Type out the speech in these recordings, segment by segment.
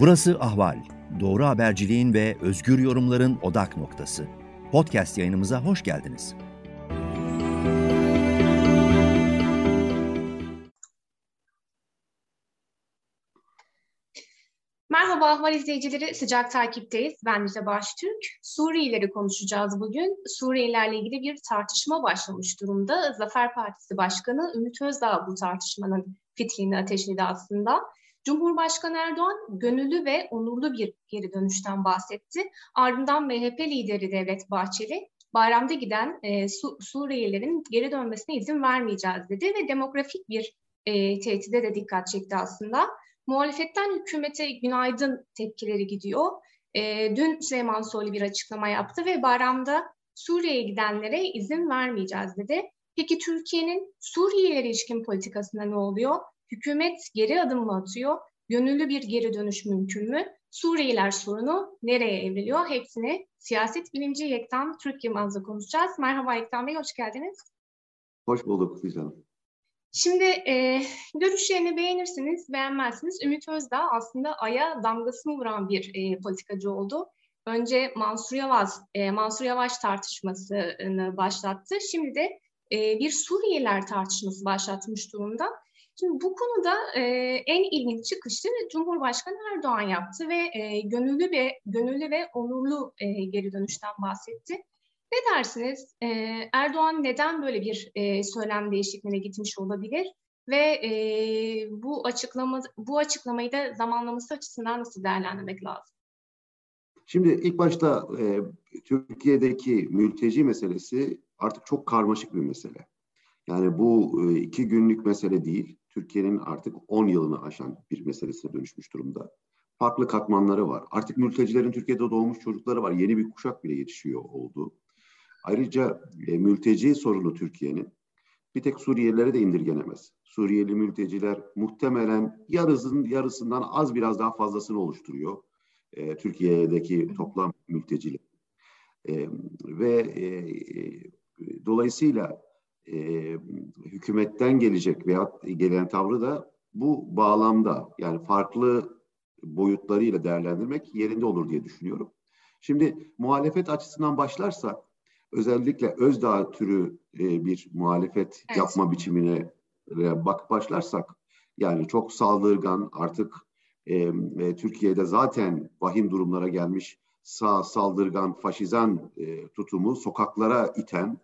Burası Ahval, doğru haberciliğin ve özgür yorumların odak noktası. Podcast yayınımıza hoş geldiniz. Merhaba Ahval izleyicileri, sıcak takipteyiz. Ben Müze Baştürk. Suriyelileri konuşacağız bugün. Suriyelilerle ilgili bir tartışma başlamış durumda. Zafer Partisi Başkanı Ümit Özdağ bu tartışmanın fitilini ateşledi aslında. Cumhurbaşkanı Erdoğan gönüllü ve onurlu bir geri dönüşten bahsetti. Ardından MHP lideri Devlet Bahçeli, bayramda giden Suriyelilerin geri dönmesine izin vermeyeceğiz dedi ve demografik bir tehdide de dikkat çekti aslında. Muhalefetten hükümete günaydın tepkileri gidiyor. Dün Süleyman Soylu bir açıklama yaptı ve bayramda Suriye'ye gidenlere izin vermeyeceğiz dedi. Peki Türkiye'nin Suriyelilere ilişkin politikasında ne oluyor? Hükümet geri adım mı atıyor? Gönüllü bir geri dönüş mümkün mü? Suriyeliler sorunu nereye evriliyor? Hepsini siyaset bilimci Yektan Türk Yılmaz'la konuşacağız. Merhaba Yektan Bey, hoş geldiniz. Hoş bulduk Gülcan. Şimdi görüşlerini beğenirsiniz, beğenmezsiniz. Ümit Özdağ aslında Ay'a damgasını vuran bir politikacı oldu. Önce Mansur Yavaş tartışmasını başlattı. Şimdi de bir Suriyeliler tartışması başlatmış durumda. Şimdi bu konuda en ilginç çıkışı Cumhurbaşkanı Erdoğan yaptı ve gönüllü ve onurlu geri dönüşten bahsetti. Ne dersiniz? Erdoğan neden böyle bir söylem değişikliğine gitmiş olabilir? Ve bu açıklamayı da zamanlaması açısından nasıl değerlendirmek lazım? Şimdi ilk başta Türkiye'deki mülteci meselesi artık çok karmaşık bir mesele. Yani bu 2 günlük mesele değil, Türkiye'nin artık 10 yılını aşan bir meselesine dönüşmüş durumda. Farklı katmanları var. Artık mültecilerin Türkiye'de doğmuş çocukları var. Yeni bir kuşak bile yetişiyor oldu. Ayrıca mülteci sorunu Türkiye'nin bir tek Suriyelilere de indirgenemez. Suriyeli mülteciler muhtemelen yarısından az biraz daha fazlasını oluşturuyor. Türkiye'deki toplam mülteciler. Dolayısıyla hükümetten gelecek veya gelen tavrı da bu bağlamda, yani farklı boyutlarıyla değerlendirmek yerinde olur diye düşünüyorum. Şimdi muhalefet açısından başlarsak, özellikle Özdağ türü bir muhalefet yapma biçimine başlarsak, yani çok saldırgan, artık Türkiye'de zaten vahim durumlara gelmiş sağ saldırgan, faşizan tutumu sokaklara iten,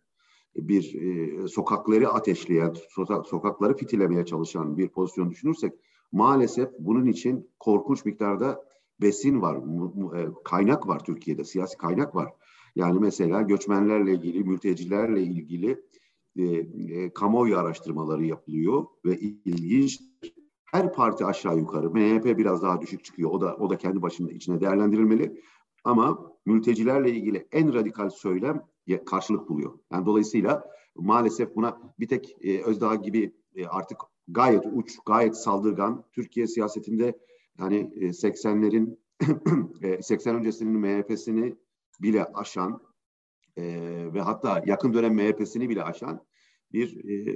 sokakları ateşleyen, sokakları fitilemeye çalışan bir pozisyon düşünürsek, maalesef bunun için korkunç miktarda besin var, kaynak var Türkiye'de, siyasi kaynak var. Yani mesela göçmenlerle ilgili, mültecilerle ilgili kamuoyu araştırmaları yapılıyor ve ilginç. Her parti aşağı yukarı, MHP biraz daha düşük çıkıyor. O da kendi başına içine değerlendirilmeli. Ama mültecilerle ilgili en radikal söylem karşılık buluyor. Yani dolayısıyla maalesef buna bir tek Özdağ gibi artık gayet uç, gayet saldırgan, Türkiye siyasetinde yani 80'lerin 80 öncesinin MHP'sini bile aşan ve hatta yakın dönem MHP'sini bile aşan bir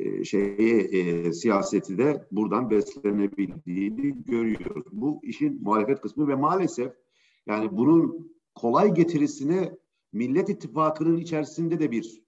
siyaseti de buradan beslenebildiğini görüyoruz. Bu işin muhalefet kısmı ve maalesef yani bunun kolay getirisine Millet İttifakı'nın içerisinde de bir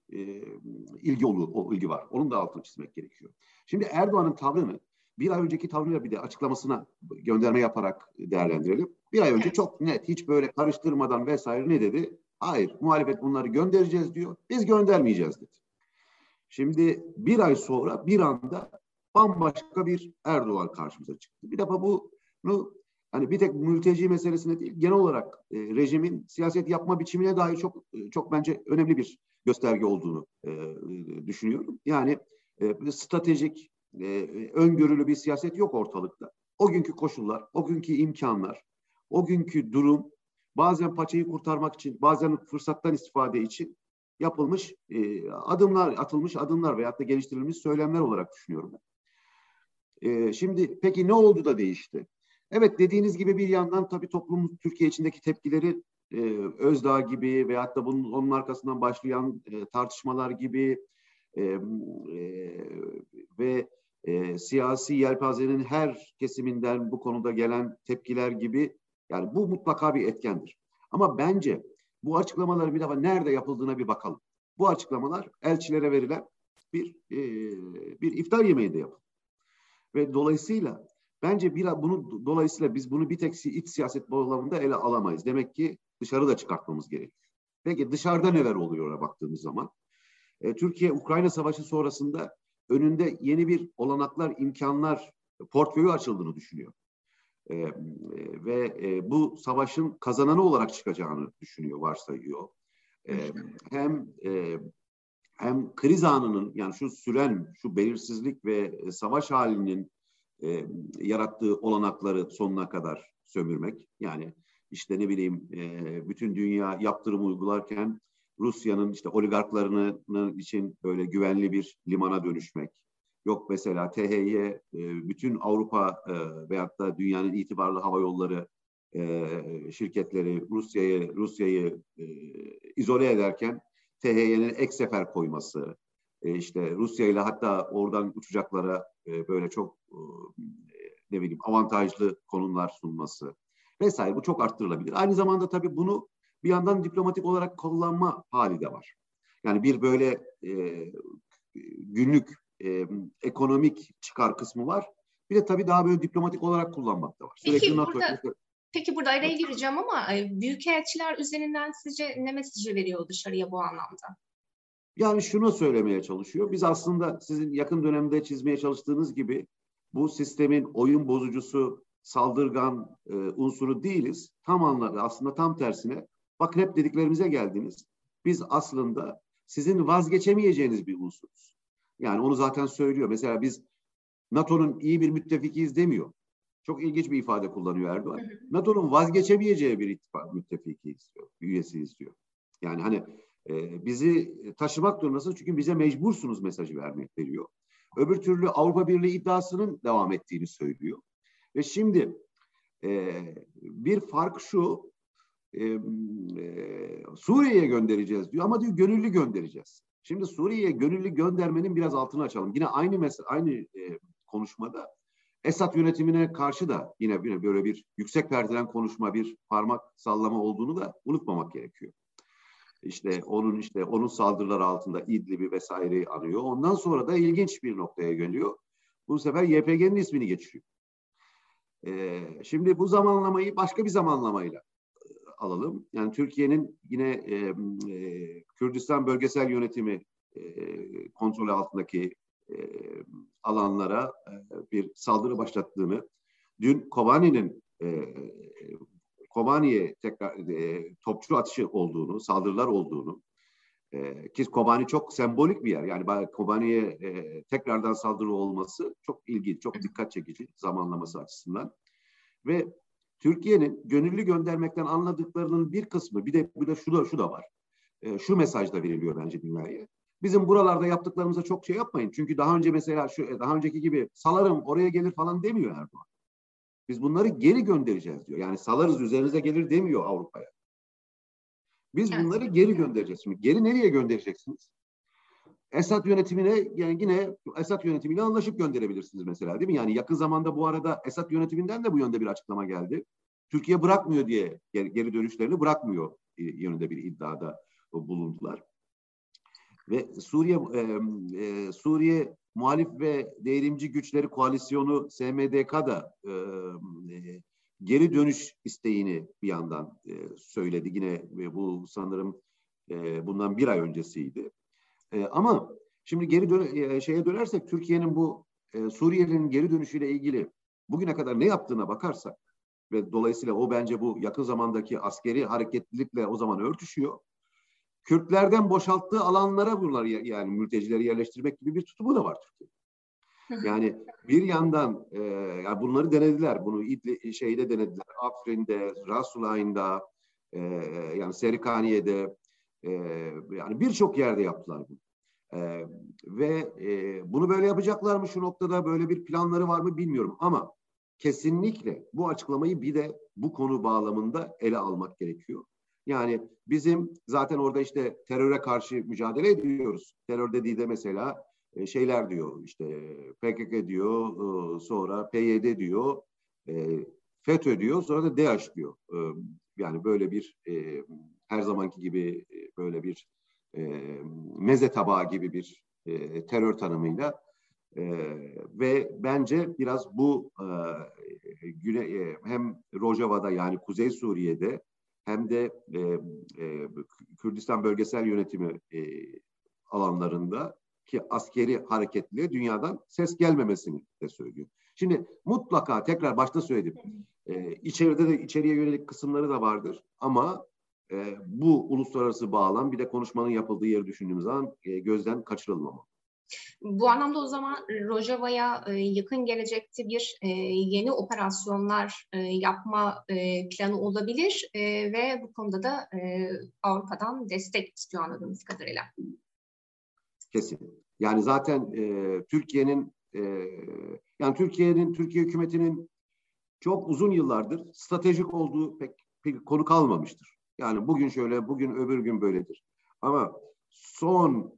ilgi var. Onun da altını çizmek gerekiyor. Şimdi Erdoğan'ın tavrını bir ay önceki tavrıyla bir de açıklamasına gönderme yaparak değerlendirelim. Bir ay önce çok net, hiç böyle karıştırmadan vesaire ne dedi? Hayır, muhalefet bunları göndereceğiz diyor. Biz göndermeyeceğiz dedi. Şimdi bir ay sonra bir anda bambaşka bir Erdoğan karşımıza çıktı. Bir defa bunu hani bir tek mülteci meselesine değil, genel olarak rejimin siyaset yapma biçimine dair çok bence önemli bir gösterge olduğunu düşünüyorum. Yani stratejik, öngörülü bir siyaset yok ortalıkta. O günkü koşullar, o günkü imkanlar, o günkü durum bazen paçayı kurtarmak için, bazen fırsattan istifade için yapılmış atılmış adımlar veyahut da geliştirilmiş söylemler olarak düşünüyorum. Şimdi peki ne oldu da değişti? Evet, dediğiniz gibi bir yandan tabii toplumun Türkiye içindeki tepkileri Özdağ gibi veyahut da onun arkasından başlayan tartışmalar gibi ve siyasi yelpazenin her kesiminden bu konuda gelen tepkiler gibi Yani bu mutlaka bir etkendir. Ama bence bu açıklamaların bir defa nerede yapıldığına bir bakalım. Bu açıklamalar elçilere verilen bir iftar yemeğinde yapıldı. Ve dolayısıyla bence dolayısıyla biz bunu bir tek iç siyaset bağlamında ele alamayız. Demek ki dışarı da çıkartmamız gerekiyor. Peki dışarıda neler oluyor ona baktığımız zaman? Türkiye Ukrayna Savaşı sonrasında önünde yeni bir olanaklar, imkanlar portföyü açıldığını düşünüyor. Bu savaşın kazananı olarak çıkacağını düşünüyor, varsayıyor. Hem kriz anının, yani şu belirsizlik ve savaş halinin yarattığı olanakları sonuna kadar sömürmek. Yani işte ne bileyim, bütün dünya yaptırım uygularken Rusya'nın işte oligarklarının için böyle güvenli bir limana dönüşmek. Yok mesela THY bütün Avrupa veyahut da dünyanın itibarlı hava yolları şirketleri Rusya'yı izole ederken THY'nin ek sefer koyması, işte Rusya ile hatta oradan uçacaklara böyle çok ne bileyim avantajlı konumlar sunması vesaire, bu çok arttırılabilir. Aynı zamanda tabii bunu bir yandan diplomatik olarak kullanma hali de var. Yani bir böyle günlük ekonomik çıkar kısmı var. Bir de tabii daha böyle diplomatik olarak kullanmak da var. Peki burada araya gireceğim ama büyükelçiler üzerinden sizce ne mesajı veriyor dışarıya bu anlamda? Yani şunu söylemeye çalışıyor. Biz aslında sizin yakın dönemde çizmeye çalıştığınız gibi bu sistemin oyun bozucusu, saldırgan unsuru değiliz. Aslında tam tersine, bakın hep dediklerimize geldiniz. Biz aslında sizin vazgeçemeyeceğiniz bir unsuruz. Yani onu zaten söylüyor. Mesela biz NATO'nun iyi bir müttefikiyiz demiyor. Çok ilginç bir ifade kullanıyor Erdoğan. NATO'nun vazgeçemeyeceği bir müttefiki istiyor, üyesi istiyor. Yani hani bizi taşımak durumundasınız çünkü bize mecbursunuz mesajı veriyor. Öbür türlü Avrupa Birliği iddiasının devam ettiğini söylüyor. Ve şimdi bir fark şu, Suriye'ye göndereceğiz diyor ama diyor gönüllü göndereceğiz. Şimdi Suriye'ye gönüllü göndermenin biraz altını açalım. Yine aynı konuşmada Esad yönetimine karşı da yine böyle bir yüksek perdeden konuşma, bir parmak sallama olduğunu da unutmamak gerekiyor. İşte onun saldırıları altında İdlib'i vesaireyi anıyor. Ondan sonra da ilginç bir noktaya geliyor. Bu sefer YPG'nin ismini geçiriyor. Şimdi bu zamanlamayı başka bir zamanlamayla alalım. Yani Türkiye'nin yine Kürdistan Bölgesel Yönetimi kontrolü altındaki alanlara bir saldırı başlattığını, dün Kobani'ye tekrar topçu atışı olduğunu, saldırılar olduğunu, ki Kobani çok sembolik bir yer. Yani Kobani'ye tekrardan saldırı olması çok ilginç, çok dikkat çekici zamanlaması açısından. Ve Türkiye'nin gönüllü göndermekten anladıklarının bir kısmı, bir de şu da var. Şu mesaj da veriliyor bence dünyaya. Bizim buralarda yaptıklarımıza çok şey yapmayın. Çünkü daha önceki gibi salarım oraya gelir falan demiyor Erdoğan. Biz bunları geri göndereceğiz diyor. Yani salarız üzerinize gelir demiyor Avrupa'ya. Biz bunları geri göndereceğiz. Şimdi geri nereye göndereceksiniz? Esad yönetimine, yani yine Esad yönetimiyle anlaşıp gönderebilirsiniz mesela, değil mi? Yani yakın zamanda bu arada Esad yönetiminden de bu yönde bir açıklama geldi. Türkiye bırakmıyor diye, geri dönüşlerini bırakmıyor yönünde bir iddiada bulundular. Ve Suriye Muhalif ve Devrimci Güçleri Koalisyonu SMDK'da geri dönüş isteğini bir yandan söyledi. Yine bu sanırım bundan bir ay öncesiydi. Ama şimdi şeye dönersek, Türkiye'nin bu Suriyeli'nin geri dönüşüyle ilgili bugüne kadar ne yaptığına bakarsak ve dolayısıyla o bence bu yakın zamandaki askeri hareketlilikle o zaman örtüşüyor. Kürtlerden boşalttığı alanlara bunlar, yani mültecileri yerleştirmek gibi bir tutumu da var Türkiye. Yani bir yandan yani bunları denediler. Bunu şeyde denediler. Afrin'de, Rasulayn'da, yani Serikaniye'de, yani birçok yerde yaptılar bunu. Bunu böyle yapacaklar mı şu noktada, böyle bir planları var mı bilmiyorum ama kesinlikle bu açıklamayı bir de bu konu bağlamında ele almak gerekiyor. Yani bizim zaten orada işte teröre karşı mücadele ediyoruz. Terör dediği de mesela şeyler diyor, işte PKK diyor, sonra PYD diyor, FETÖ diyor, sonra da DAEŞ diyor. Yani böyle bir her zamanki gibi böyle bir meze tabağı gibi bir terör tanımıyla ve bence biraz bu hem Rojava'da yani Kuzey Suriye'de hem de Kürdistan Bölgesel Yönetimi alanlarında ki askeri hareketliğe dünyadan ses gelmemesini de söylüyor. Şimdi mutlaka tekrar başta söyledim. İçeride de içeriye yönelik kısımları da vardır ama bu uluslararası bağlam bir de konuşmanın yapıldığı yeri düşündüğümüz zaman gözden kaçırılmamalı. Bu anlamda o zaman Rojava'ya yakın gelecekte bir yeni operasyonlar yapma planı olabilir ve bu konuda da Avrupa'dan destek istiyor anladığımız kadarıyla. Kesin. Yani zaten Türkiye hükümetinin çok uzun yıllardır stratejik olduğu pek konu kalmamıştır. Yani bugün şöyle, bugün öbür gün böyledir. Ama son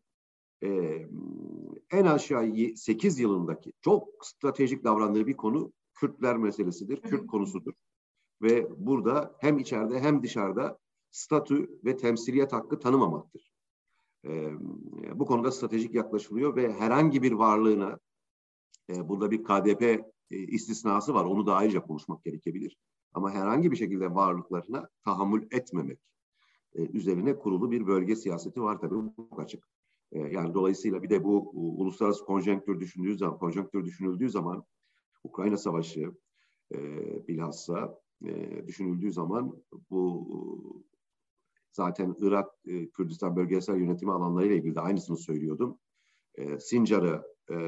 en aşağı 8 yılındaki çok stratejik davrandığı bir konu Kürtler meselesidir, Kürt konusudur. Ve burada hem içeride hem dışarıda statü ve temsiliyet hakkı tanımamaktır. Bu konuda stratejik yaklaşılıyor ve herhangi bir varlığına, burada bir KDP istisnası var, onu da ayrıca konuşmak gerekebilir. Ama herhangi bir şekilde varlıklarına tahammül etmemek üzerine kurulu bir bölge siyaseti var tabii, bu çok açık. Yani dolayısıyla bir de bu uluslararası konjonktür düşünüldüğü zaman Ukrayna Savaşı bilhassa düşünüldüğü zaman bu zaten Irak Kürdistan Bölgesel Yönetimi alanlarıyla ilgili de aynısını söylüyordum. Sincar'ı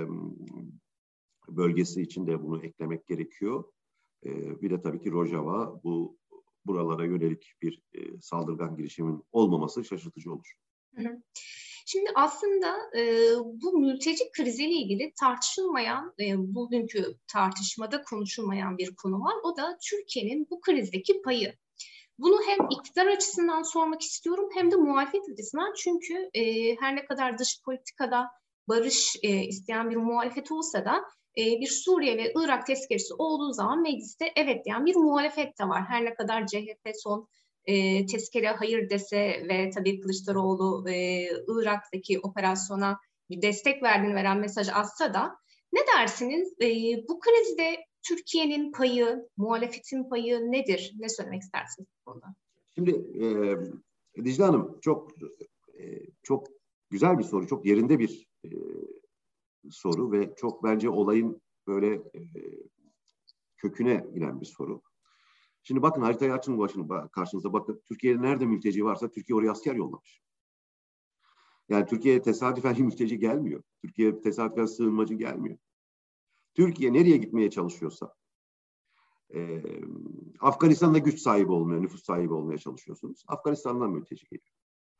bölgesi için de bunu eklemek gerekiyor. Bir de tabii ki Rojava, buralara yönelik bir saldırgan girişimin olmaması şaşırtıcı olur. Şimdi aslında bu mülteci kriziyle ilgili tartışılmayan, bugünkü tartışmada konuşulmayan bir konu var. O da Türkiye'nin bu krizdeki payı. Bunu hem iktidar açısından sormak istiyorum hem de muhalefet açısından. Çünkü her ne kadar dış politikada barış isteyen bir muhalefet olsa da bir Suriye ve Irak tezkeresi olduğu zaman mecliste evet diyen bir muhalefet de var. Her ne kadar CHP son tezkere hayır dese ve tabii Kılıçdaroğlu Irak'taki operasyona bir destek verdiğini veren mesaj atsa da ne dersiniz? Bu krizde Türkiye'nin payı, muhalefetin payı nedir? Ne söylemek istersiniz bu konuda? Şimdi Dicle Hanım çok güzel bir soru, çok yerinde bir soru ve çok bence olayın böyle köküne inen bir soru. Şimdi bakın, haritayı açın karşınıza, bakın. Türkiye'de nerede mülteci varsa Türkiye oraya asker yollamış. Yani Türkiye'ye tesadüfen mülteci gelmiyor. Türkiye'ye tesadüfen sığınmacı gelmiyor. Türkiye nereye gitmeye çalışıyorsa, Afganistan'da güç sahibi olmaya, nüfus sahibi olmaya çalışıyorsunuz. Afganistan'dan mülteci geliyor.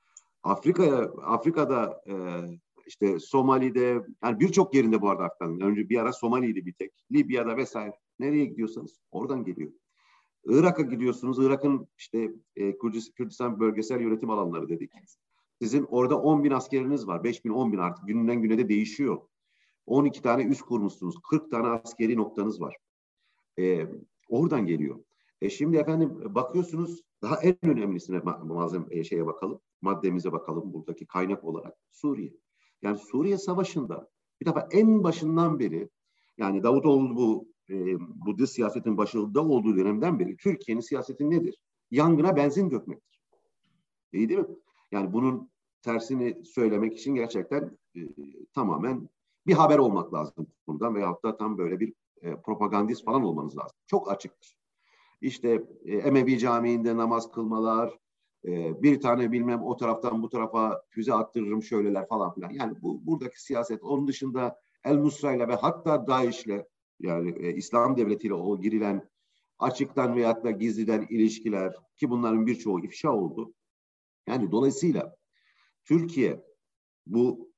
Afrika'da işte Somali'de, yani birçok yerinde bu arada Afganistan'ın. Önce bir ara Somali'ydi bir tek. Libya'da vesaire. Nereye gidiyorsanız oradan geliyor. Irak'a gidiyorsunuz. Irak'ın işte Kürdistan Bölgesel Yönetim alanları dedik. Sizin orada 10.000 askeriniz var. 5.000, 10.000 artık günden güne de değişiyor. 12 tane üs kurmuşsunuz. 40 tane askeri noktanız var. Oradan geliyor. Şimdi efendim bakıyorsunuz, daha en önemlisine maddemize bakalım buradaki kaynak olarak Suriye. Yani Suriye Savaşı'nda bir defa en başından beri, yani Davutoğlu bu dış siyasetin başında olduğu dönemden beri Türkiye'nin siyaseti nedir? Yangına benzin dökmektir. İyi değil mi? Yani bunun tersini söylemek için gerçekten tamamen bir haber olmak lazım bundan veyahut da tam böyle bir propagandist falan olmanız lazım. Çok açıktır. İşte Emevi Camii'nde namaz kılmalar, bir tane bilmem o taraftan bu tarafa füze attırırım şöyleler falan filan. Yani buradaki siyaset, onun dışında El-Nusra'yla ve hatta DAEŞ'le, yani İslam Devleti'yle o girilen açıktan veyahut da gizliden ilişkiler, ki bunların birçoğu ifşa oldu. Yani dolayısıyla Türkiye bu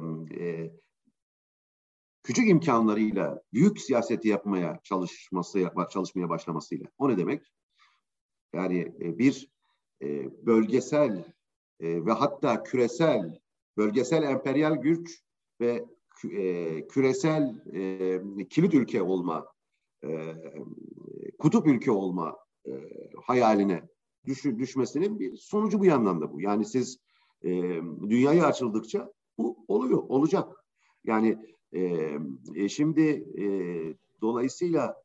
küçük imkanlarıyla büyük siyaseti yapmaya çalışmaya başlamasıyla. O ne demek? Yani bir bölgesel ve hatta küresel, bölgesel emperyal güç ve küresel kilit ülke olma kutup ülke olma hayaline düşmesinin bir sonucu bu yandan da bu. Yani siz dünyaya açıldıkça bu oluyor, olacak. Yani şimdi dolayısıyla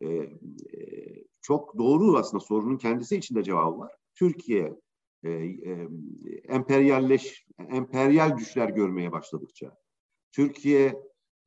çok doğru aslında sorunun kendisi içinde cevabı var. Türkiye emperyal güçler görmeye başladıkça, Türkiye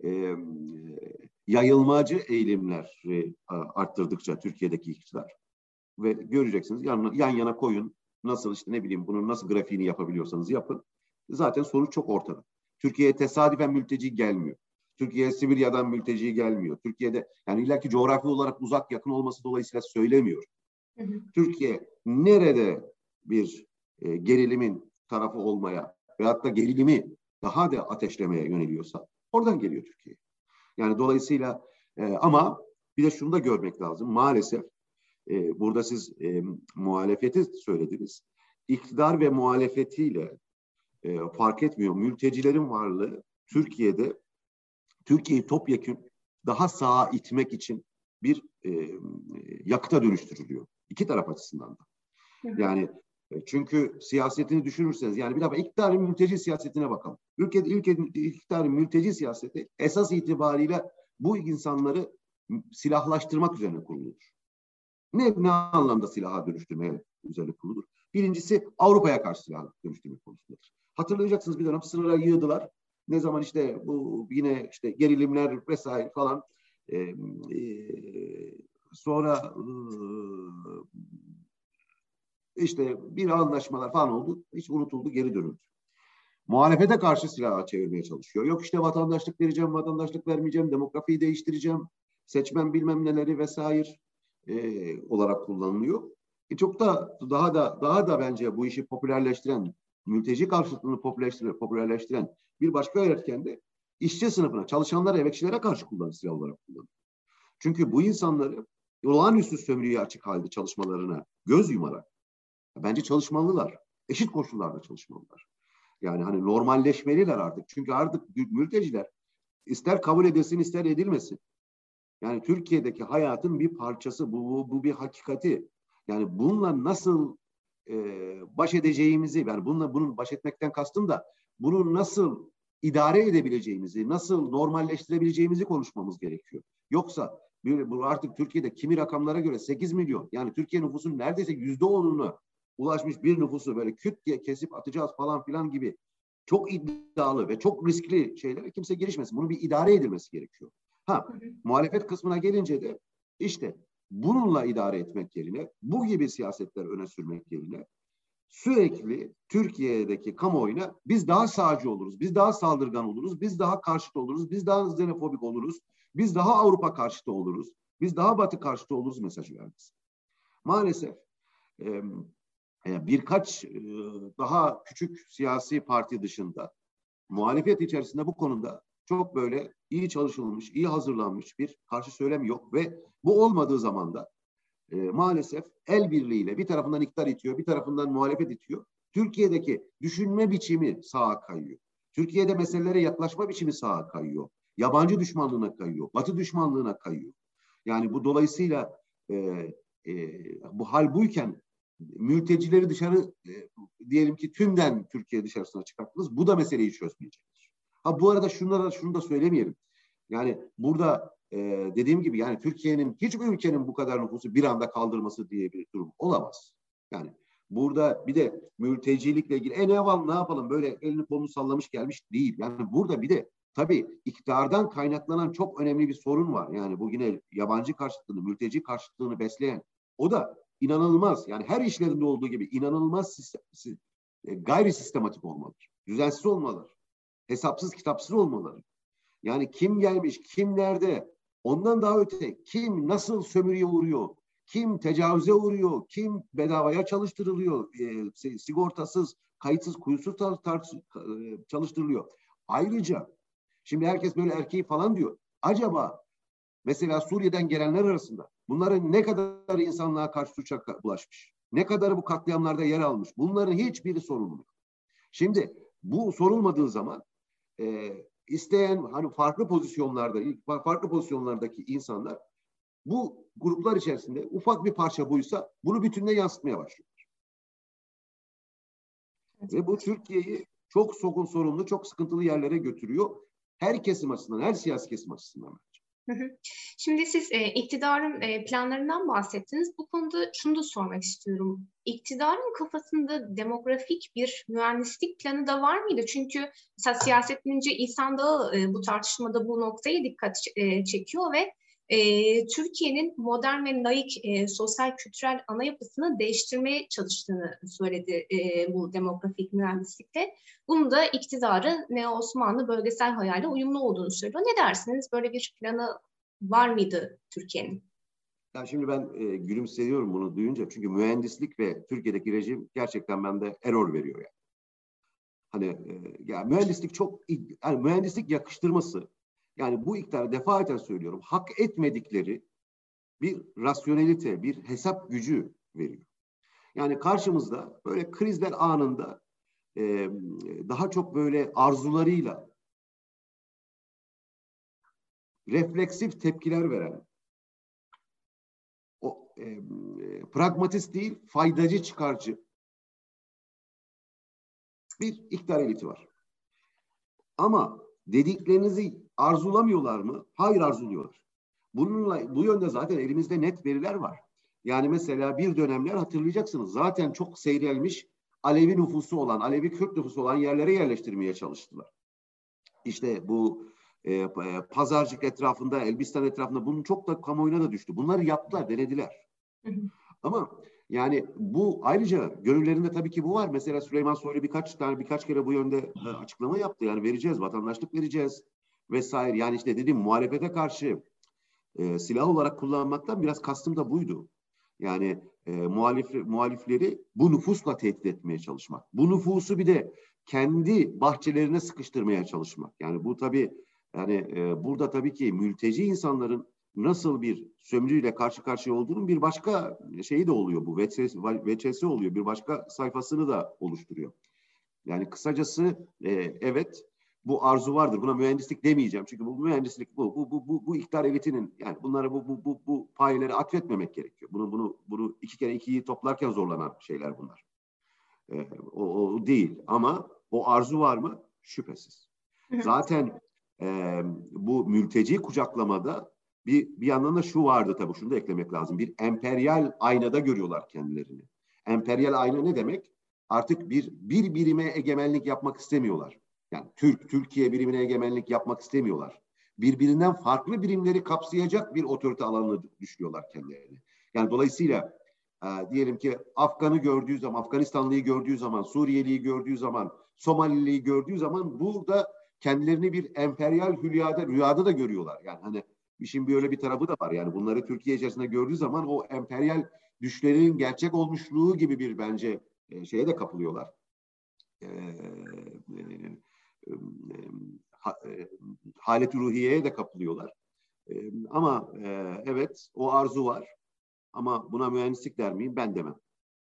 yayılmacı eğilimler arttırdıkça Türkiye'deki iktidar ve göreceksiniz yan yana koyun nasıl işte ne bileyim bunun nasıl grafiğini yapabiliyorsanız yapın. Zaten sonuç çok ortada. Türkiye'ye tesadüfen mülteci gelmiyor. Türkiye'ye Sibirya'dan mülteci gelmiyor. Türkiye'de yani illaki coğrafi olarak uzak yakın olması dolayısıyla söylemiyor. Türkiye nerede bir gerilimin tarafı olmaya veyahut da gerilimi daha da ateşlemeye yöneliyorsa oradan geliyor Türkiye. Yani dolayısıyla ama bir de şunu da görmek lazım. Maalesef burada siz muhalefeti söylediniz. İktidar ve muhalefetiyle fark etmiyor. Mültecilerin varlığı Türkiye'yi topyekün daha sağa itmek için bir yakıta dönüştürülüyor. İki taraf açısından da. Yani çünkü siyasetini düşünürseniz yani bir defa iktidarın mülteci siyasetine bakalım. İktidarın mülteci siyaseti esas itibariyle bu insanları silahlaştırmak üzerine kuruludur. Ne anlamda silaha dönüştürmeye üzerine kuruludur? Birincisi Avrupa'ya karşı silah dönüştürme konusundadır. Hatırlayacaksınız bir dönem sınıra yığdılar. Ne zaman işte bu yine işte gerilimler vesaire falan sonra işte bir anlaşmalar falan oldu. Hiç unutuldu, geri dönüldü. Muhalefete karşı silahı çevirmeye çalışıyor. Yok işte vatandaşlık vereceğim, vatandaşlık vermeyeceğim, demografiyi değiştireceğim, seçmen bilmem neleri vesaire olarak kullanılıyor. Çok da daha da bence bu işi popülerleştiren, mülteci karşıtlığını popülerleştiren bir başka etken de işçi sınıfına, çalışanlara, emekçilere karşı silah olarak kullanılıyor. Çünkü bu insanları olağanüstü sömürüye açık halde çalışmalarına göz yumarak bence çalışmalılar. Eşit koşullarda çalışmalılar. Yani hani normalleşmeliler artık. Çünkü artık mülteciler ister kabul edilsin ister edilmesin. Yani Türkiye'deki hayatın bir parçası. Bu bir hakikati. Yani bununla nasıl baş edeceğimizi, yani bunun baş etmekten kastım da bunu nasıl idare edebileceğimizi, nasıl normalleştirebileceğimizi konuşmamız gerekiyor. Yoksa bu artık Türkiye'de kimi rakamlara göre 8 milyon, yani Türkiye nüfusunun neredeyse %10'una ulaşmış bir nüfusu böyle küt diye kesip atacağız falan filan gibi çok iddialı ve çok riskli şeylere kimse girişmesin. Bunun bir idare edilmesi gerekiyor. Muhalefet kısmına gelince de işte bununla idare etmek yerine, bu gibi siyasetler öne sürmek yerine sürekli Türkiye'deki kamuoyuna biz daha sağcı oluruz, biz daha saldırgan oluruz, biz daha karşıt oluruz, biz daha xenofobik oluruz, biz daha Avrupa karşıtı oluruz, biz daha Batı karşıtı oluruz mesajı vermesi. Maalesef birkaç daha küçük siyasi parti dışında muhalefet içerisinde bu konuda çok böyle iyi çalışılmış, iyi hazırlanmış bir karşı söylem yok ve bu olmadığı zaman da maalesef el birliğiyle bir tarafından iktidar itiyor, bir tarafından muhalefet itiyor. Türkiye'deki düşünme biçimi sağa kayıyor. Türkiye'de meselelere yaklaşma biçimi sağa kayıyor. Yabancı düşmanlığına kayıyor, Batı düşmanlığına kayıyor. Yani bu dolayısıyla bu hal buyken mültecileri dışarı diyelim ki tümden Türkiye dışarısına çıkarttınız. Bu da meseleyi çözmeyecektir. Bu arada şunu da söylemeyelim. Yani burada dediğim gibi yani Türkiye'nin hiçbir ülkenin bu kadar nüfusu bir anda kaldırması diye bir durum olamaz. Yani burada bir de mültecilikle ilgili ne yapalım böyle elini kolunu sallamış gelmiş değil. Yani burada bir de tabii iktidardan kaynaklanan çok önemli bir sorun var. Yani bu yine yabancı karşıtlığını, mülteci karşıtlığını besleyen o da inanılmaz. Yani her işlerinde olduğu gibi inanılmaz gayri sistematik olmalıdır. Düzensiz olmalıdır. Hesapsız kitapsız olmalıdır. Yani kim gelmiş, kim nerede, ondan daha öte kim nasıl sömürüye uğruyor, kim tecavüze uğruyor, kim bedavaya çalıştırılıyor, sigortasız, kayıtsız, kuyusuz çalıştırılıyor. Ayrıca şimdi herkes böyle erkeği falan diyor. Acaba mesela Suriye'den gelenler arasında bunların ne kadar insanlığa karşı suça bulaşmış, ne kadarı bu katliamlarda yer almış, bunların hiçbiri sorulmuyor. Şimdi bu sorulmadığı zaman isteyen hani farklı pozisyonlardaki insanlar bu gruplar içerisinde ufak bir parça buysa bunu bütününe yansıtmaya başlıyor. Ve bu Türkiye'yi çok sorunlu, çok sıkıntılı yerlere götürüyor. Her kesim açısından, her siyasi kesim açısından. Şimdi siz iktidarın planlarından bahsettiniz. Bu konuda şunu da sormak istiyorum. İktidarın kafasında demografik bir mühendislik planı da var mıydı? Çünkü mesela siyaset bilimci İhsan Dağı bu tartışmada bu noktaya dikkat çekiyor ve Türkiye'nin modern ve laik sosyal kültürel ana yapısını değiştirmeye çalıştığını söyledi bu demografik mühendislikte. Bunu da iktidarı Neo-Osmanlı bölgesel hayale uyumlu olduğunu söylüyor. Ne dersiniz? Böyle bir planı var mıydı Türkiye'nin? Ya şimdi ben gülümseyiyorum bunu duyunca. Çünkü mühendislik ve Türkiye'deki rejim gerçekten bende error veriyor yani. Hani ya mühendislik çok, yani mühendislik yakıştırması, yani bu iktidara defaten söylüyorum, hak etmedikleri bir rasyonelite, bir hesap gücü veriyor. Yani karşımızda böyle krizler anında daha çok böyle arzularıyla refleksif tepkiler veren, o pragmatist değil, faydacı, çıkarcı bir iktidar eliti var. Ama dediklerinizi arzulamıyorlar mı? Hayır, arzuluyorlar. Bu yönde zaten elimizde net veriler var. Yani mesela bir dönemler hatırlayacaksınız. Zaten çok seyrelmiş Alevi nüfusu olan, Alevi Kürt nüfusu olan yerlere yerleştirmeye çalıştılar. İşte bu Pazarcık etrafında, Elbistan etrafında bunun çok da kamuoyuna da düştü. Bunları yaptılar, denediler. Ama yani bu ayrıca gönüllerinde tabii ki bu var. Mesela Süleyman Soylu birkaç kere bu yönde açıklama yaptı. Yani vereceğiz, vatandaşlık vereceğiz vesaire. Yani işte dediğim muhalefete karşı silah olarak kullanmaktan biraz kastım da buydu. Yani muhalifleri bu nüfusla tehdit etmeye çalışmak. Bu nüfusu bir de kendi bahçelerine sıkıştırmaya çalışmak. Yani bu tabii yani burada tabii ki mülteci insanların nasıl bir sömürüyle karşı karşıya olduğunun bir başka şeyi de oluyor bu. Veçesi oluyor. Bir başka sayfasını da oluşturuyor. Yani kısacası evet, bu arzu vardır. Buna mühendislik demeyeceğim. Çünkü bu mühendislik bu iktidar elitinin, yani bunlara bu payeleri atfetmemek gerekiyor. Bunu 2 kere 2'yi toplarken zorlanan şeyler bunlar. O değil ama o arzu var mı? Şüphesiz. Zaten bu mülteci kucaklamada bir yandan da şu vardı, tabii şunu da eklemek lazım. Bir emperyal aynada görüyorlar kendilerini. Emperyal ayna ne demek? Artık bir birime egemenlik yapmak istemiyorlar. Yani Türkiye birimine egemenlik yapmak istemiyorlar. Birbirinden farklı birimleri kapsayacak bir otorite alanını düşünüyorlar kendilerini. Yani dolayısıyla diyelim ki Afgan'ı gördüğü zaman, Afganistanlıyı gördüğü zaman, Suriyeliyi gördüğü zaman, Somaliliyi gördüğü zaman burada kendilerini bir emperyal rüyada da görüyorlar. Yani hani işin böyle bir tarafı da var. Yani bunları Türkiye içerisinde gördüğü zaman o emperyal düşlerin gerçek olmuşluğu gibi bir bence şeye de kapılıyorlar. Halet-i ruhiyeye de kapılıyorlar. Ama evet, o arzu var. Ama buna mühendislik der miyim? Ben demem.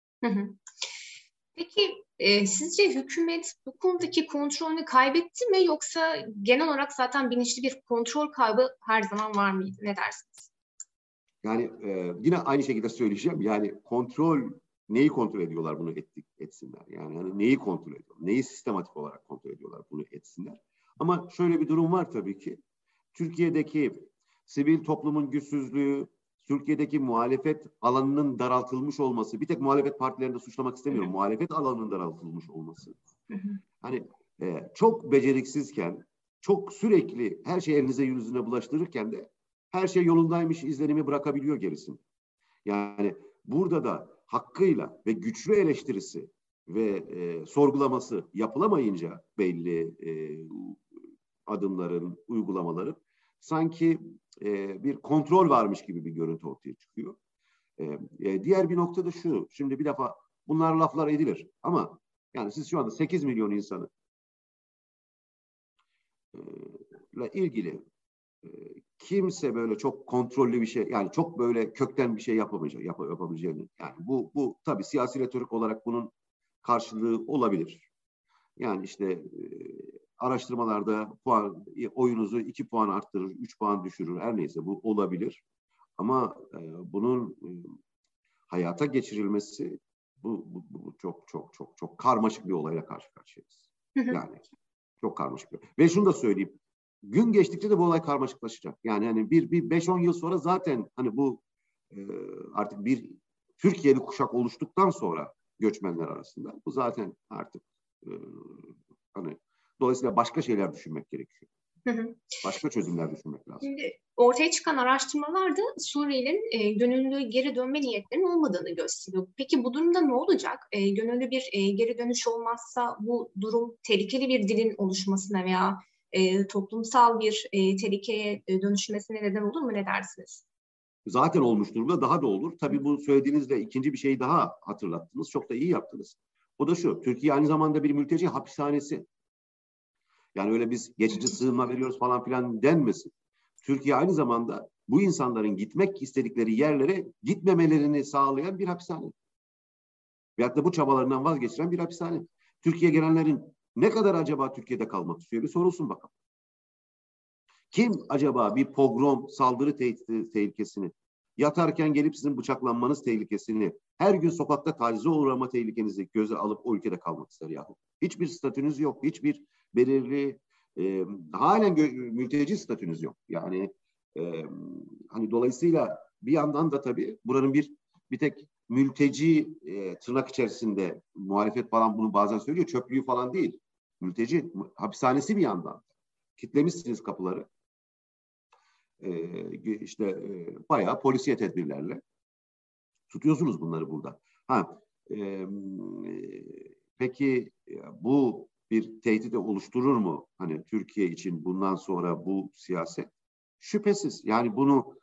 Peki sizce hükümet bu konudaki kontrolünü kaybetti mi, yoksa genel olarak zaten bilinçli bir kontrol kaybı her zaman var mıydı? Ne dersiniz? Yani yine aynı şekilde söyleyeceğim. Yani neyi kontrol ediyorlar bunu etsinler? Yani hani neyi kontrol ediyorlar? Neyi sistematik olarak kontrol ediyorlar bunu etsinler? Ama şöyle bir durum var tabii ki. Türkiye'deki sivil toplumun güçsüzlüğü, Türkiye'deki muhalefet alanının daraltılmış olması, bir tek muhalefet partilerini de suçlamak istemiyorum. Muhalefet alanının daraltılmış olması. Hani çok beceriksizken, çok sürekli her şey elinize yüzüne bulaştırırken de her şey yolundaymış izlenimi bırakabiliyor gerisin. Yani burada da hakkıyla ve güçlü eleştirisi ve sorgulaması yapılamayınca belli adımların, uygulamaların sanki bir kontrol varmış gibi bir görüntü ortaya çıkıyor. Diğer bir nokta da şu. Şimdi bir defa bunlar laflar edilir ama yani siz şu anda 8 milyon insanı ile ilgili kimse böyle çok kontrollü bir şey, yani çok böyle kökten bir şey yapabileceğini, yani bu tabii siyasi retorik olarak bunun karşılığı olabilir. Yani işte araştırmalarda oyunuzu 2 puan arttırır, 3 puan düşürür, her neyse bu olabilir. Ama bunun hayata geçirilmesi bu çok karmaşık bir olayla karşı karşıyayız. Yani çok karmaşık bir. Ve şunu da söyleyeyim. Gün geçtikçe de bu olay karmaşıklaşacak. Yani hani bir 5-10 yıl sonra zaten hani bu artık bir Türkiye'li kuşak oluştuktan sonra göçmenler arasında bu zaten artık hani dolayısıyla başka şeyler düşünmek gerekiyor. Başka çözümler düşünmek lazım. Şimdi ortaya çıkan araştırmalarda Suriyelilerin gönüllü geri dönme niyetlerinin olmadığını gösteriyor. Peki bu durumda ne olacak? Gönüllü bir geri dönüş olmazsa bu durum tehlikeli bir dilin oluşmasına veya toplumsal bir tehlikeye dönüşmesine neden olur mu? Ne dersiniz? Zaten olmuş durumda, daha da olur. Tabii bu söylediğinizde ikinci bir şey daha hatırlattınız. Çok da iyi yaptınız. O da şu: Türkiye aynı zamanda bir mülteci hapishanesi. Yani öyle biz geçici sığınma veriyoruz falan filan denmesin. Türkiye aynı zamanda bu insanların gitmek istedikleri yerlere gitmemelerini sağlayan bir hapishane. Veyahut da bu çabalarından vazgeçiren bir hapishane. Türkiye'ye gelenlerin ne kadar acaba Türkiye'de kalmak istiyor bir sorulsun bakalım. Kim acaba bir pogrom, saldırı tehlikesini, yatarken gelip sizin bıçaklanmanız tehlikesini, her gün sokakta tacize uğrama tehlikenizi göze alıp o ülkede kalmak ister yahu? Hiçbir statünüz yok, hiçbir belirli halen mülteci statünüz yok. Yani hani dolayısıyla bir yandan da tabii buranın bir tek mülteci tırnak içerisinde muhalefet falan bunu bazen söylüyor, çöplüğü falan değil. Mülteci hapishanesi bir yandan. Kitlemişsiniz kapıları. Bayağı polisiye tedbirlerle tutuyorsunuz bunları burada. Peki bu bir tehdit oluşturur mu hani Türkiye için bundan sonra bu siyaset? Şüphesiz. Yani bunu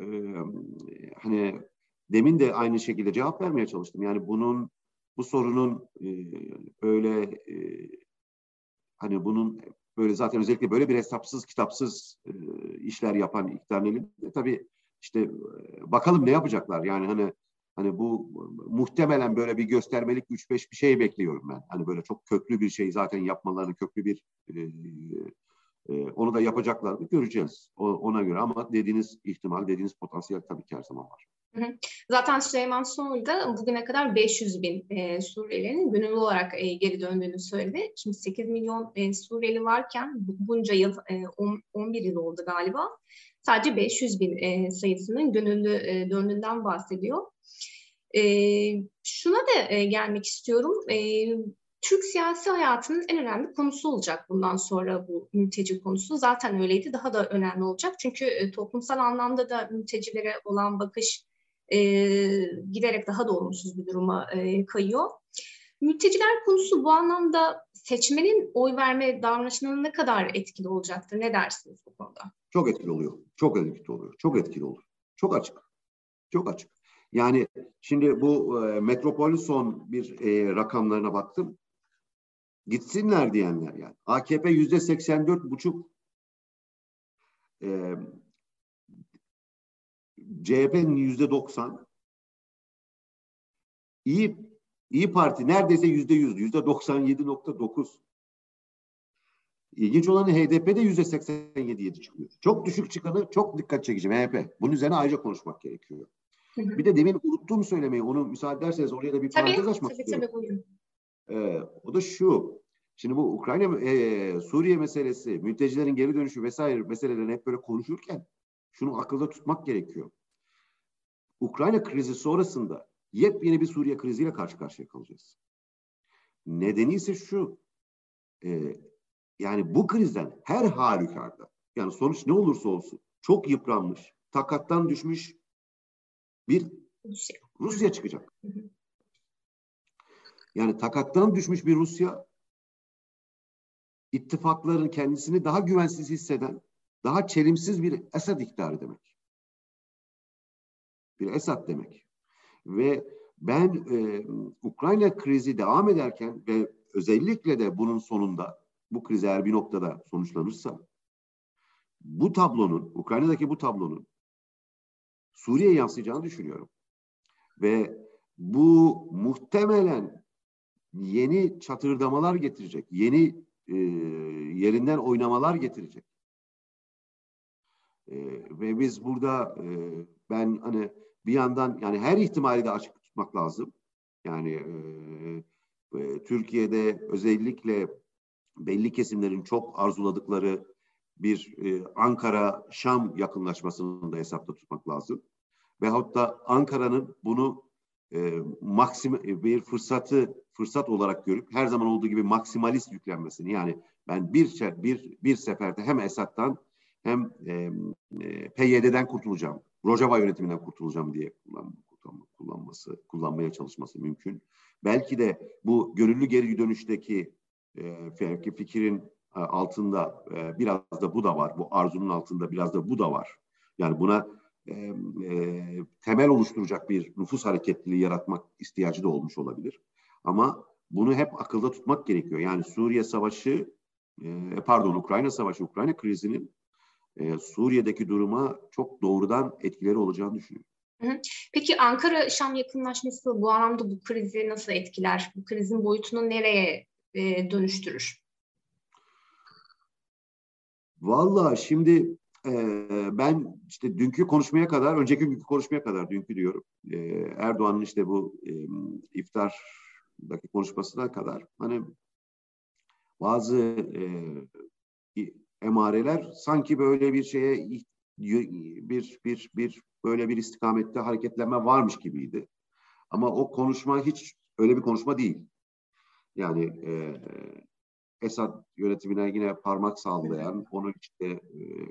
hani demin de aynı şekilde cevap vermeye çalıştım. Yani bu sorunun hani bunun böyle zaten özellikle böyle bir hesapsız kitapsız işler yapan iktidarın elinde tabii işte bakalım ne yapacaklar. Yani hani bu muhtemelen böyle bir göstermelik 3-5 bir şey bekliyorum ben. Hani böyle çok köklü bir şey zaten yapmalarını, köklü bir onu da yapacaklarını göreceğiz. Ona göre ama dediğiniz ihtimal, dediğiniz potansiyel tabii ki her zaman var. Zaten Süleyman Soylu da bugüne kadar 500 bin Suriyelilerin gönüllü olarak geri döndüğünü söyledi. Şimdi 8 milyon Suriyeli varken bunca yıl 11 yıl oldu galiba. Sadece 500 bin sayısının gönüllü döndüğünden bahsediyor. Şuna da gelmek istiyorum. Türk siyasi hayatının en önemli konusu olacak bundan sonra bu mülteci konusu. Zaten öyleydi, daha da önemli olacak. Çünkü toplumsal anlamda da mültecilere olan bakış giderek daha da olumsuz bir duruma kayıyor. Mülteciler konusu bu anlamda seçmenin oy verme davranışının ne kadar etkili olacaktır? Ne dersiniz bu konuda? Çok etkili oluyor. Çok etkili oluyor. Çok etkili olur. Çok açık. Çok açık. Yani şimdi bu Metropolison bir rakamlarına baktım. Gitsinler diyenler yani. AKP %84,5, CHP'nin %90, İyi Parti neredeyse %100, %97,9. İlginç olanı HDP'de %87 çıkıyor. Çok düşük çıkanı çok dikkat çekici MHP. Bunun üzerine ayrıca konuşmak gerekiyor. Bir de demin unuttuğum söylemeyi, onu müsaade ederseniz oraya da bir parantez açmak istiyorum. Tabii, buyurun. O da şu. Şimdi bu Ukrayna, Suriye meselesi, mültecilerin geri dönüşü vesaire meselelerini hep böyle konuşurken şunu akılda tutmak gerekiyor. Ukrayna krizi sonrasında yepyeni bir Suriye kriziyle karşı karşıya kalacağız. Nedeni ise şu. Yani bu krizden her halükarda, yani sonuç ne olursa olsun çok yıpranmış, takattan düşmüş bir Rusya çıkacak. Yani takattan düşmüş bir Rusya, ittifakların kendisini daha güvensiz hisseden, daha çelimsiz bir Esad iktidarı demek. Bir Esad demek. Ve ben Ukrayna krizi devam ederken ve özellikle de bunun sonunda, bu kriz eğer bir noktada sonuçlanırsa, bu tablonun, Ukrayna'daki bu tablonun Suriye'ye yansıyacağını düşünüyorum. Ve bu muhtemelen yeni çatırdamalar getirecek, yeni yerinden oynamalar getirecek. Ve biz burada ben hani bir yandan yani her ihtimali de açık tutmak lazım. Yani Türkiye'de özellikle belli kesimlerin çok arzuladıkları bir Ankara-Şam yakınlaşmasını da hesapta tutmak lazım. Veyahut da Ankara'nın bunu bir fırsat olarak görüp her zaman olduğu gibi maksimalist yüklenmesini, yani ben bir seferde hem Esad'dan hem PYD'den kurtulacağım, Rojava yönetiminden kurtulacağım diye kullanmaya çalışması mümkün. Belki de bu gönüllü geri dönüşteki fikrin altında biraz da bu da var. Bu arzunun altında biraz da bu da var. Yani buna temel oluşturacak bir nüfus hareketliliği yaratmak ihtiyacı da olmuş olabilir. Ama bunu hep akılda tutmak gerekiyor. Yani Ukrayna Savaşı, Ukrayna krizinin Suriye'deki duruma çok doğrudan etkileri olacağını düşünüyorum. Peki Ankara-Şam yakınlaşması bu anlamda bu krizi nasıl etkiler? Bu krizin boyutunu nereye dönüştürür? Vallahi şimdi ben işte önceki günkü konuşmaya kadar, dünkü diyorum, Erdoğan'ın işte bu iftardaki konuşmasına kadar hani bazı emareler sanki böyle bir şeye böyle bir istikamette hareketlenme varmış gibiydi. Ama o konuşma hiç öyle bir konuşma değil. Yani Esad yönetimine yine parmak sallayan, onun işte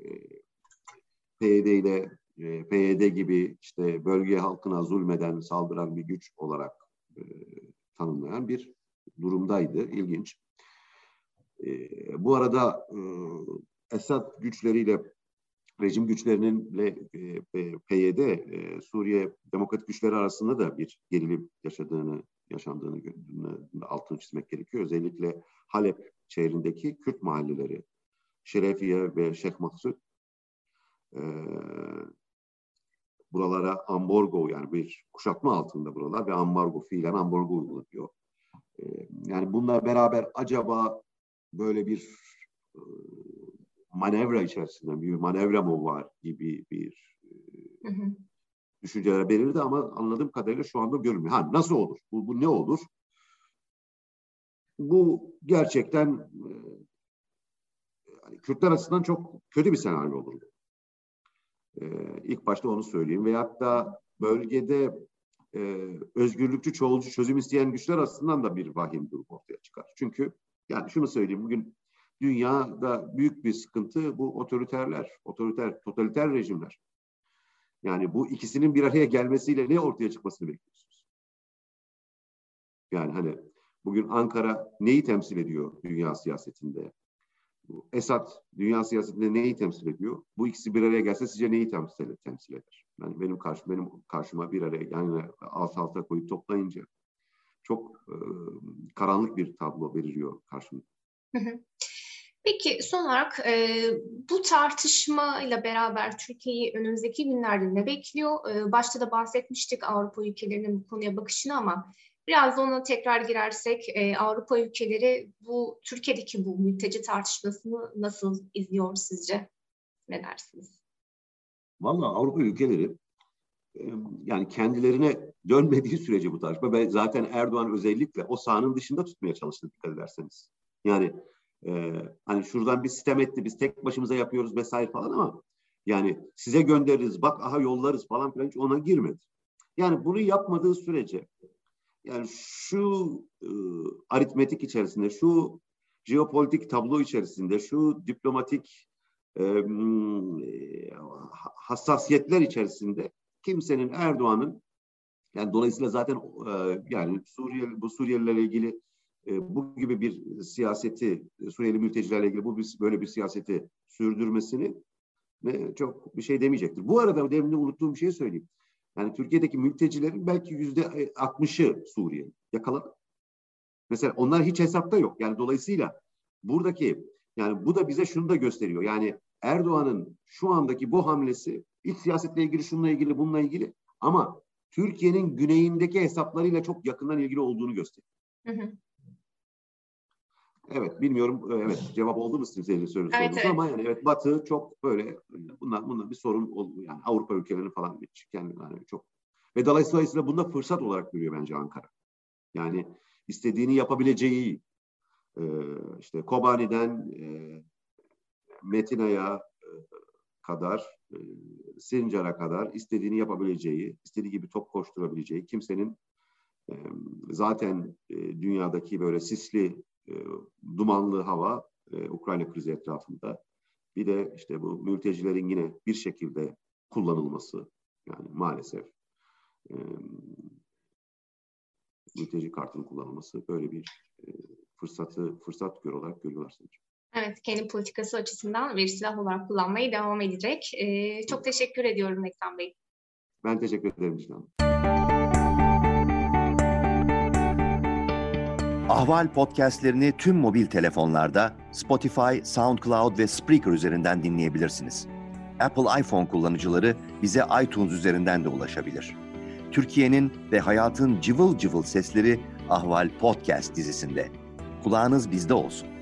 PYD gibi işte bölge halkına zulmeden, saldıran bir güç olarak tanımlayan bir durumdaydı. İlginç. Bu arada Esad güçleriyle, rejim güçlerinin PYD, Suriye Demokratik Güçleri arasında da bir gerilim yaşandığını altını çizmek gerekiyor. Özellikle Halep şehrindeki Kürt mahalleleri, Şerefiye ve Şeyh Maksud, buralara ambargo, yani bir kuşatma altında buralar ve fiilen ambargo uygulanıyor. Yani bununla beraber acaba böyle bir manevra içerisinde bir manevra mı var gibi bir düşünceler belirdi ama anladığım kadarıyla şu anda görünmüyor. Nasıl olur? Bu ne olur? Bu gerçekten yani Kürtler açısından çok kötü bir senaryo olur. İlk başta onu söyleyeyim. Veyahut da bölgede özgürlükçü, çoğulcu çözüm isteyen güçler açısından da bir vahim durum ortaya çıkar. Çünkü yani şunu söyleyeyim, bugün dünyada büyük bir sıkıntı bu totaliter rejimler. Yani bu ikisinin bir araya gelmesiyle ne ortaya çıkmasını bekliyorsunuz? Yani hani bugün Ankara neyi temsil ediyor dünya siyasetinde? Esad dünya siyasetinde neyi temsil ediyor? Bu ikisi bir araya gelse sizce neyi temsil eder? Yani benim karşıma bir araya, yani alt alta koyup toplayınca çok karanlık bir tablo beliriyor karşımda. Peki son olarak bu tartışmayla beraber Türkiye'yi önümüzdeki günlerde ne bekliyor? Başta da bahsetmiştik Avrupa ülkelerinin bu konuya bakışını ama biraz da ona tekrar girersek Avrupa ülkeleri Türkiye'deki bu mülteci tartışmasını nasıl izliyor sizce? Ne dersiniz? Vallahi Avrupa ülkeleri yani kendilerine dönmediği sürece bu tartışma, ve zaten Erdoğan özellikle o sahanın dışında tutmaya çalıştı, dikkat ederseniz. Yani hani şuradan bir sitem etti, biz tek başımıza yapıyoruz vesaire falan, ama yani size göndeririz, bak aha yollarız falan filan, hiç ona girmedi. Yani bunu yapmadığı sürece, yani şu aritmetik içerisinde, şu jeopolitik tablo içerisinde, şu diplomatik hassasiyetler içerisinde kimsenin Erdoğan'ın, yani dolayısıyla zaten yani Suriyelilerle ilgili bu gibi bir siyaseti, Suriyeli mültecilerle ilgili böyle bir siyaseti sürdürmesini çok bir şey demeyecektir. Bu arada demin unuttuğum bir şey söyleyeyim. Yani Türkiye'deki mültecilerin belki %60'ı Suriyeli. Yakaladı. Mesela onlar hiç hesapta yok. Yani dolayısıyla yani bu da bize şunu da gösteriyor. Yani Erdoğan'ın şu andaki bu hamlesi iç siyasetle ilgili, şununla ilgili, bununla ilgili, ama Türkiye'nin güneyindeki hesaplarıyla çok yakından ilgili olduğunu gösteriyor. Evet, bilmiyorum. Evet, cevap oldu mu sizin sorunuz? Evet. Ama yani evet, Batı çok böyle bunlar bir sorun oldu. Yani Avrupa ülkelerinin falan yani çok ve dolayısıyla bunda fırsat olarak görüyor bence Ankara. Yani istediğini yapabileceği işte Kobani'den Metina'ya kadar Sincar'a kadar istediğini yapabileceği, istediği gibi top koşturabileceği, kimsenin zaten dünyadaki böyle sisli, dumanlı hava Ukrayna krizi etrafında. Bir de işte bu mültecilerin yine bir şekilde kullanılması, yani maalesef mülteci kartının kullanılması böyle bir fırsat olarak görüyorlar sanırım. Evet, kendi politikası açısından bir silah olarak kullanmaya devam edecek. Çok teşekkür ediyorum Ekran Bey. Ben teşekkür ederim Dilan. Ahval podcastlerini tüm mobil telefonlarda Spotify, SoundCloud ve Spreaker üzerinden dinleyebilirsiniz. Apple iPhone kullanıcıları bize iTunes üzerinden de ulaşabilir. Türkiye'nin ve hayatın cıvıl cıvıl sesleri Ahval Podcast dizisinde. Kulağınız bizde olsun.